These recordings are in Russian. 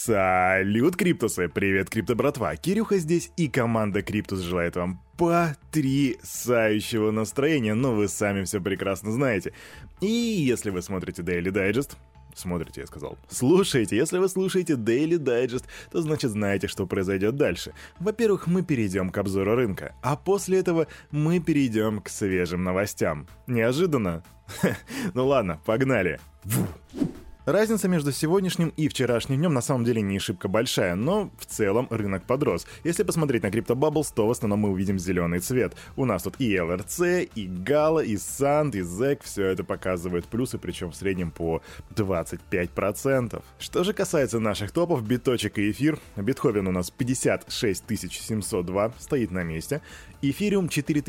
Салют, Криптусы! Привет, Крипто братва! Кирюха здесь, и команда Криптус желает вам потрясающего настроения, но вы сами все прекрасно знаете. И если вы смотрите Daily Digest, смотрите, я сказал. Слушайте, если вы слушаете Daily Digest, то значит знаете, что произойдет дальше. Во-первых, мы перейдем к обзору рынка, а после этого мы перейдем к свежим новостям. Неожиданно? Ну ладно, погнали. Разница между сегодняшним и вчерашним днем на самом деле не шибко большая, но в целом рынок подрос. Если посмотреть на Crypto Bubbles, то в основном мы увидим зеленый цвет. У нас тут и LRC, и Gala, и Sand, и ZEC, все это показывает плюсы, причем в среднем по 25%. Что же касается наших топов, биточек и эфир, битховен у нас 56 702, стоит на месте, эфириум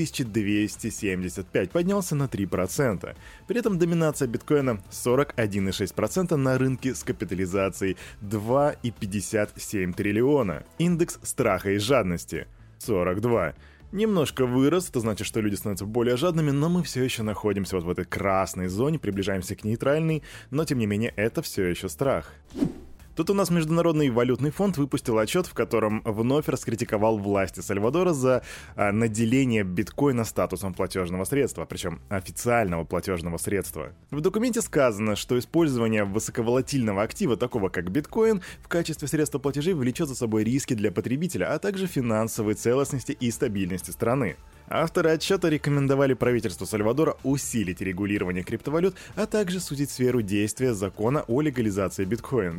4275, поднялся на 3%. При этом доминация биткоина 41,6% на рынке с капитализацией 2,57 триллиона. Индекс страха и жадности 42. Немножко вырос, это значит, что люди становятся более жадными, но мы все еще находимся вот в этой красной зоне, приближаемся к нейтральной, но тем не менее это все еще страх. Тут у нас Международный валютный фонд выпустил отчет, в котором вновь раскритиковал власти Сальвадора за наделение биткоина статусом платежного средства, причем официального платежного средства. В документе сказано, что использование высоковолатильного актива, такого как биткоин, в качестве средства платежей влечет за собой риски для потребителя, а также финансовой целостности и стабильности страны. Авторы отчета рекомендовали правительству Сальвадора усилить регулирование криптовалют, а также сузить сферу действия закона о легализации биткоина.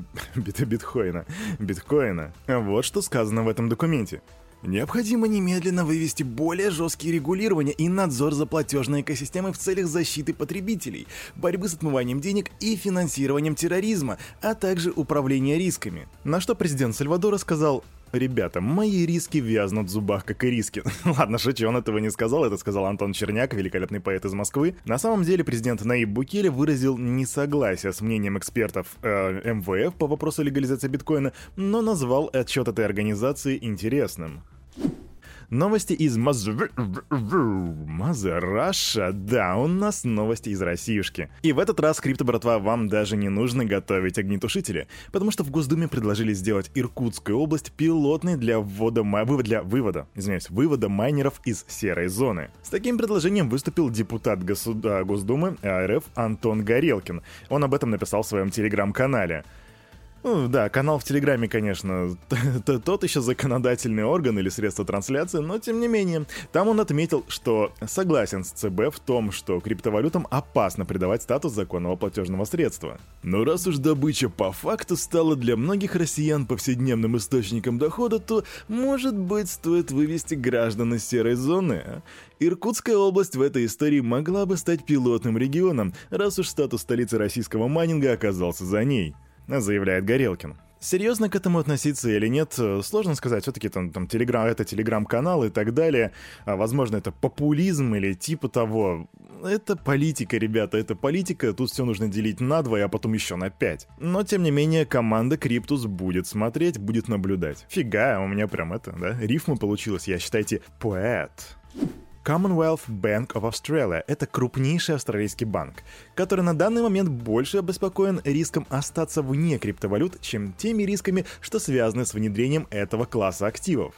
Вот что сказано в этом документе. Необходимо немедленно вывести более жесткие регулирования и надзор за платежной экосистемой в целях защиты потребителей, борьбы с отмыванием денег и финансированием терроризма, а также управления рисками. На что президент Сальвадора сказал: «Ребята, мои риски вязнут в зубах, как и риски». Ладно, шучу, он этого не сказал, это сказал Антон Черняк, великолепный поэт из Москвы. На самом деле президент Наиб Букеле выразил несогласие с мнением экспертов МВФ по вопросу легализации биткоина, но назвал отчет этой организации интересным. Новости из Мазараша. Да, у нас новости из Россиюшки. И в этот раз, Крипто братва, вам даже не нужно готовить огнетушители, потому что в Госдуме предложили сделать Иркутскую область пилотной для вывода майнеров из серой зоны. С таким предложением выступил депутат Госдумы РФ Антон Горелкин. Он об этом написал в своем телеграм-канале. Ну, да, канал в Телеграме, конечно, тот еще законодательный орган или средство трансляции, но тем не менее. Там он отметил, что согласен с ЦБ в том, что криптовалютам опасно придавать статус законного платежного средства. Но раз уж добыча по факту стала для многих россиян повседневным источником дохода, то, может быть, стоит вывести граждан из серой зоны. Иркутская область в этой истории могла бы стать пилотным регионом, раз уж статус столицы российского майнинга оказался за ней, заявляет Горелкин. Серьезно к этому относиться или нет, сложно сказать. Все-таки там это телеграм-канал и так далее. Возможно, это популизм или типа того. Это политика, ребята, это политика. Тут все нужно делить на 2, а потом еще на 5. Но, тем не менее, команда Криптус будет смотреть, будет наблюдать. Фига, у меня прям рифма получилась. Я, считайте, поэт. Commonwealth Bank of Australia – это крупнейший австралийский банк, который на данный момент больше обеспокоен риском остаться вне криптовалют, чем теми рисками, что связаны с внедрением этого класса активов.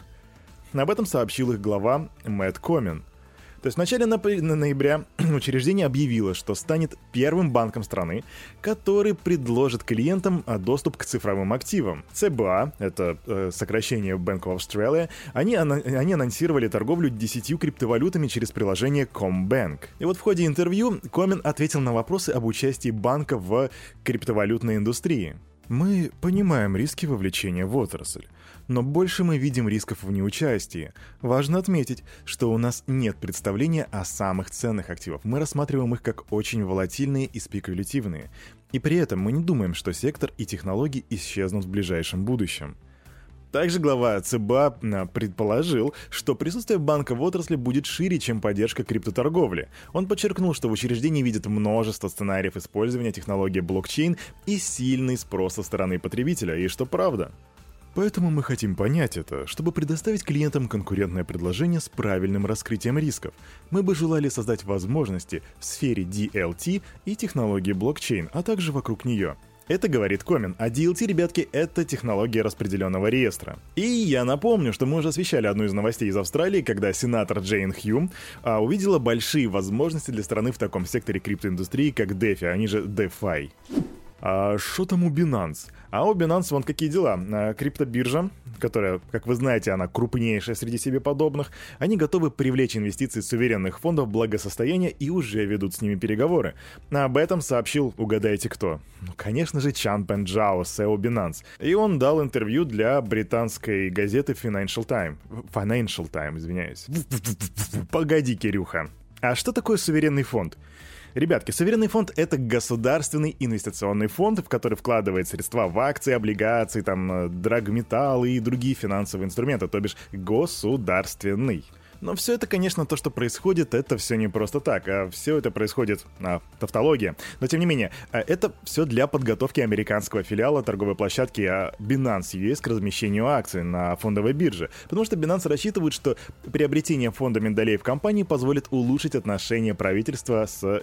Об этом сообщил их глава Мэтт Комин. То есть в начале ноября учреждение объявило, что станет первым банком страны, который предложит клиентам доступ к цифровым активам. ЦБА, это сокращение Bank of Australia, они анонсировали торговлю 10 криптовалютами через приложение CommBank. И вот в ходе интервью Комин ответил на вопросы об участии банка в криптовалютной индустрии. Мы понимаем риски вовлечения в отрасль, но больше мы видим рисков в неучастии. Важно отметить, что у нас нет представления о самых ценных активах. Мы рассматриваем их как очень волатильные и спекулятивные. И при этом мы не думаем, что сектор и технологии исчезнут в ближайшем будущем. Также глава ЦБА предположил, что присутствие банка в отрасли будет шире, чем поддержка криптоторговли. Он подчеркнул, что в учреждении видят множество сценариев использования технологии блокчейн и сильный спрос со стороны потребителя, и что правда. Поэтому мы хотим понять это, чтобы предоставить клиентам конкурентное предложение с правильным раскрытием рисков. Мы бы желали создать возможности в сфере DLT и технологии блокчейн, а также вокруг нее. Это говорит Комин, а DLT, ребятки, это технология распределенного реестра. И я напомню, что мы уже освещали одну из новостей из Австралии, когда сенатор Джейн Хьюм увидела большие возможности для страны в таком секторе криптоиндустрии, как DeFi, они же DeFi. А что там у Binance? А у Binance вон какие дела. Криптобиржа, которая, как вы знаете, она крупнейшая среди себе подобных, они готовы привлечь инвестиции суверенных фондов благосостояния и уже ведут с ними переговоры. Об этом сообщил, угадайте кто? Ну, конечно же, Чанпен Джао, SEO Binance. И он дал интервью для британской газеты Financial Times, извиняюсь. Погоди, Кирюха. А что такое суверенный фонд? Ребятки, суверенный фонд — это государственный инвестиционный фонд, в который вкладывает средства в акции, облигации, драгметаллы и другие финансовые инструменты, то бишь государственный. Но все это, конечно, то, что происходит, это все не просто так, а все это происходит, тавтология. Но тем не менее, это все для подготовки американского филиала торговой площадки Binance US к размещению акций на фондовой бирже. Потому что Binance рассчитывает, что приобретение фондами долей в компании позволит улучшить отношения правительства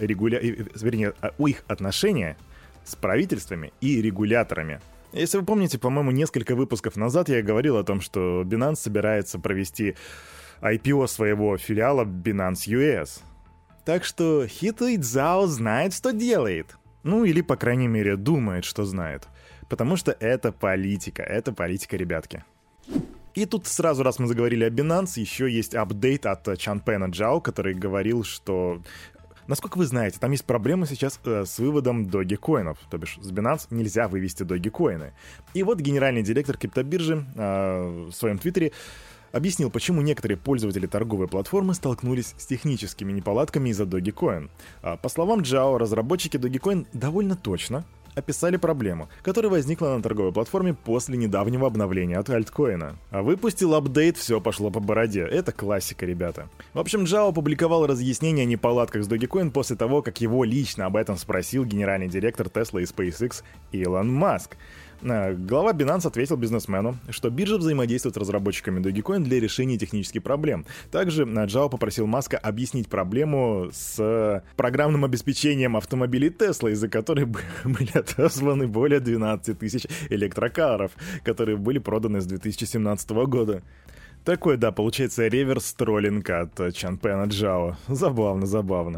их отношения с правительствами и регуляторами. Если вы помните, по-моему, несколько выпусков назад я говорил о том, что Binance собирается провести IPO своего филиала Binance US. Так что хитрый Цзао знает, что делает. Ну или, по крайней мере, думает, что знает. Потому что это политика, ребятки. И тут сразу, раз мы заговорили о Binance, еще есть апдейт от Чанпена Джао, который говорил, что... Насколько вы знаете, там есть проблемы сейчас с выводом догикоинов, то бишь с Binance нельзя вывести догикоины. И вот генеральный директор криптобиржи в своем твиттере объяснил, почему некоторые пользователи торговой платформы столкнулись с техническими неполадками из-за Dogecoin. По словам Джао, разработчики Dogecoin довольно точно описали проблему, которая возникла на торговой платформе после недавнего обновления от альткоина. Выпустил апдейт, все пошло по бороде. Это классика, ребята. В общем, Джао опубликовал разъяснение о неполадках с Dogecoin после того, как его лично об этом спросил генеральный директор Tesla и SpaceX Илон Маск. Глава Binance ответил бизнесмену, что биржа взаимодействует с разработчиками Dogecoin для решения технических проблем. Также Джао попросил Маска объяснить проблему с программным обеспечением автомобилей Tesla, из-за которой были отозваны более 12 тысяч электрокаров, которые были проданы с 2017 года. Такой, да, получается реверс-троллинг от Чанпена Джао. Забавно.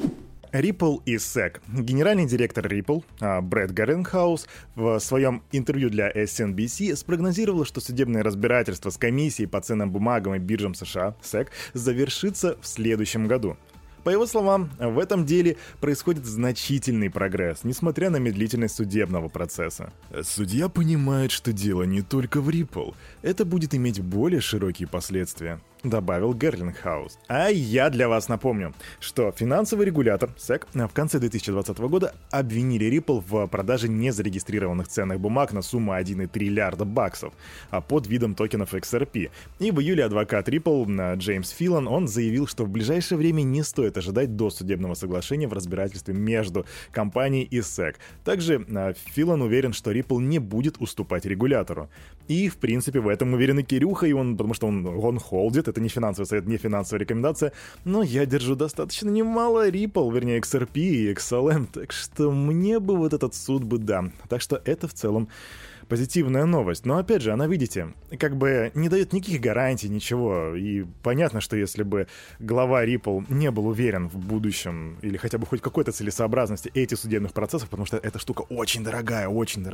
Ripple и SEC. Генеральный директор Ripple Брэд Гарингхаус в своем интервью для SNBC спрогнозировал, что судебное разбирательство с комиссией по ценным бумагам и биржам США, SEC, завершится в следующем году. По его словам, в этом деле происходит значительный прогресс, несмотря на медлительность судебного процесса. Судья понимает, что дело не только в Ripple. Это будет иметь более широкие последствия, добавил Герлингхаус. А я для вас напомню, что финансовый регулятор SEC в конце 2020 года обвинили Ripple в продаже незарегистрированных ценных бумаг на сумму 1,3 триллиарда баксов под видом токенов XRP. И в июле адвокат Ripple Джеймс Филан, он заявил, что в ближайшее время не стоит ожидать досудебного соглашения в разбирательстве между компанией и SEC. Также Филан уверен, что Ripple не будет уступать регулятору. И, в принципе, в этом уверен и Кирюха, потому что он холдит. Это не финансовый совет, не финансовая рекомендация, но я держу достаточно немало Ripple, вернее XRP и XLM, так что мне бы вот этот суд бы да. Так что это в целом позитивная новость. Но опять же, она, видите, как бы не дает никаких гарантий, ничего. И понятно, что если бы глава Ripple не был уверен в будущем или хотя бы хоть какой-то целесообразности этих судебных процессов, потому что эта штука очень дорогая,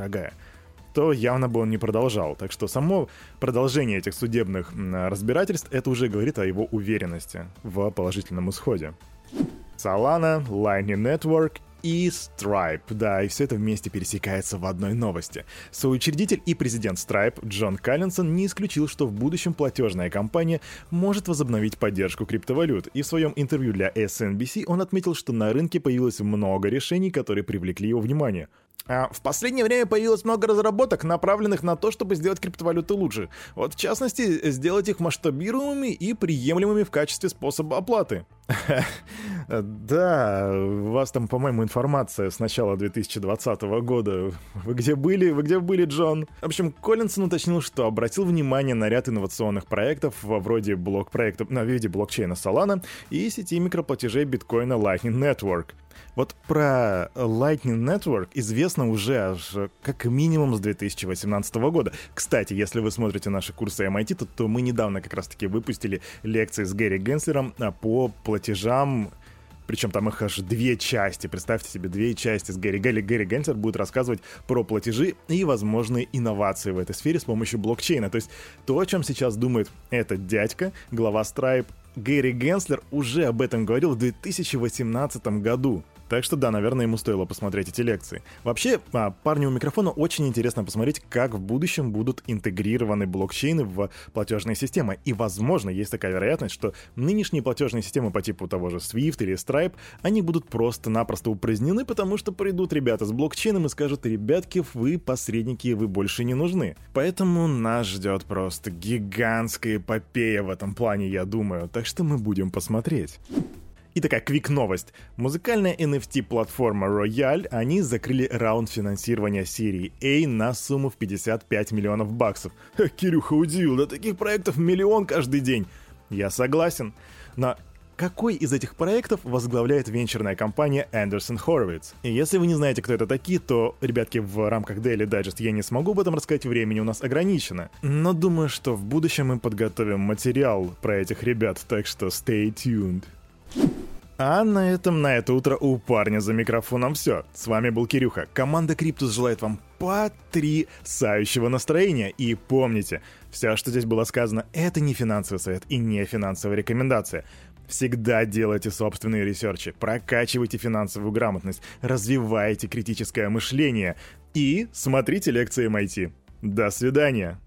то явно бы он не продолжал. Так что само продолжение этих судебных разбирательств, это уже говорит о его уверенности в положительном исходе. Solana, Lightning Network и Stripe. Да, и все это вместе пересекается в одной новости. Соучредитель и президент Stripe Джон Каллинсон не исключил, что в будущем платежная компания может возобновить поддержку криптовалют. И в своем интервью для SNBC он отметил, что на рынке появилось много решений, которые привлекли его внимание. В последнее время появилось много разработок, направленных на то, чтобы сделать криптовалюты лучше. Вот, в частности, сделать их масштабируемыми и приемлемыми в качестве способа оплаты. Да, у вас там, по-моему, информация с начала 2020 года. Вы где были, Джон? В общем, Коллинсон уточнил, что обратил внимание на ряд инновационных проектов вроде блок-проекта на виде блокчейна Solana и сети микроплатежей биткоина Lightning Network. Вот про Lightning Network известно уже аж как минимум с 2018 года. Кстати, если вы смотрите наши курсы MIT, то мы недавно как раз-таки выпустили лекции с Гэри Генслером по платежам. Причем там их аж 2 части. Представьте себе, 2 части с Гэри. Гэри Генслер будет рассказывать про платежи и возможные инновации в этой сфере с помощью блокчейна. То есть то, о чем сейчас думает этот дядька, глава Stripe, Гэри Генслер уже об этом говорил в 2018 году. Так что да, наверное, ему стоило посмотреть эти лекции. Вообще, парню у микрофона очень интересно посмотреть, как в будущем будут интегрированы блокчейны в платежные системы. И, возможно, есть такая вероятность, что нынешние платежные системы по типу того же Swift или Stripe, они будут просто-напросто упразднены, потому что придут ребята с блокчейном и скажут: ребятки, вы посредники, вы больше не нужны. Поэтому нас ждет просто гигантская эпопея в этом плане, я думаю. Так что мы будем посмотреть. И такая квик-новость. Музыкальная NFT-платформа Royale, они закрыли раунд финансирования серии A на сумму в $55 миллионов. Кирюха удивил, да таких проектов миллион каждый день. Я согласен. Но какой из этих проектов возглавляет венчурная компания Andreessen Horowitz? И если вы не знаете, кто это такие, то, ребятки, в рамках Daily Digest я не смогу об этом рассказать, времени у нас ограничено. Но думаю, что в будущем мы подготовим материал про этих ребят, так что stay tuned. А на это утро у парня за микрофоном все. С вами был Кирюха. Команда Криптус желает вам потрясающего настроения. И помните, все, что здесь было сказано, это не финансовый совет и не финансовая рекомендация. Всегда делайте собственные ресерчи, прокачивайте финансовую грамотность, развивайте критическое мышление и смотрите лекции MIT. До свидания.